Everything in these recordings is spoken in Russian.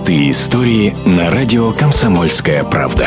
Простые истории на радио «Комсомольская правда».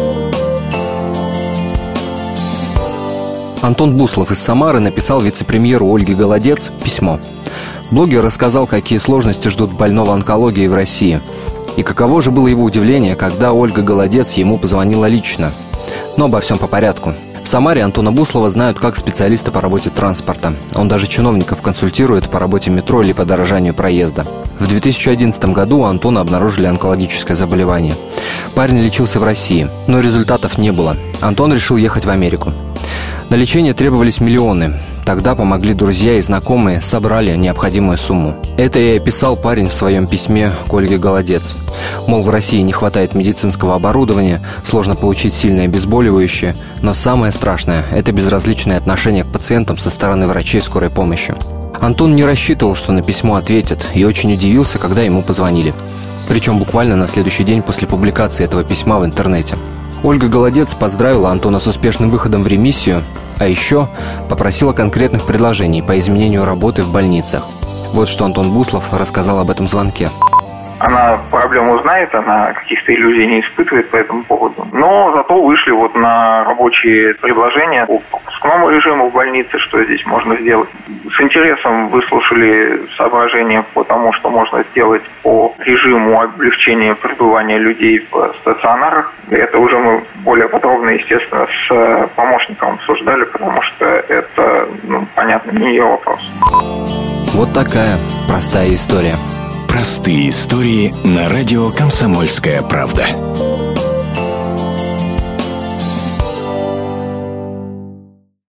Антон Буслов из Самары написал вице-премьеру Ольге Голодец письмо. Блогер рассказал, какие сложности ждут больного онкологией в России. И каково же было его удивление, когда Ольга Голодец ему позвонила лично. Но обо всем по порядку. В Самаре Антона Буслова знают как специалиста по работе транспорта. Он даже чиновников консультирует по работе метро или подорожанию проезда. В 2011 году у Антона обнаружили онкологическое заболевание. Парень лечился в России, но результатов не было. Антон решил ехать в Америку. На лечение требовались миллионы. Тогда помогли друзья и знакомые, собрали необходимую сумму. Это и описал парень в своем письме к Ольге Голодец. Мол, в России не хватает медицинского оборудования, сложно получить сильное обезболивающее, но самое страшное – это безразличное отношение к пациентам со стороны врачей скорой помощи. Антон не рассчитывал, что на письмо ответят, и очень удивился, когда ему позвонили. Причем буквально на следующий день после публикации этого письма в интернете. Ольга Голодец поздравила Антона с успешным выходом в ремиссию, а еще попросила конкретных предложений по изменению работы в больницах. Вот что Антон Буслов рассказал об этом звонке. Она проблему знает, она каких-то иллюзий не испытывает по этому поводу. Но зато вышли на рабочие предложения по пропускному режиму в больнице, что здесь можно сделать. С интересом выслушали соображения по тому, что можно сделать по режиму облегчения пребывания людей в стационарах. Это уже мы более подробно, естественно, с помощником обсуждали, потому что это, понятно, не ее вопрос. Вот такая простая история. Простые истории на радио «Комсомольская правда».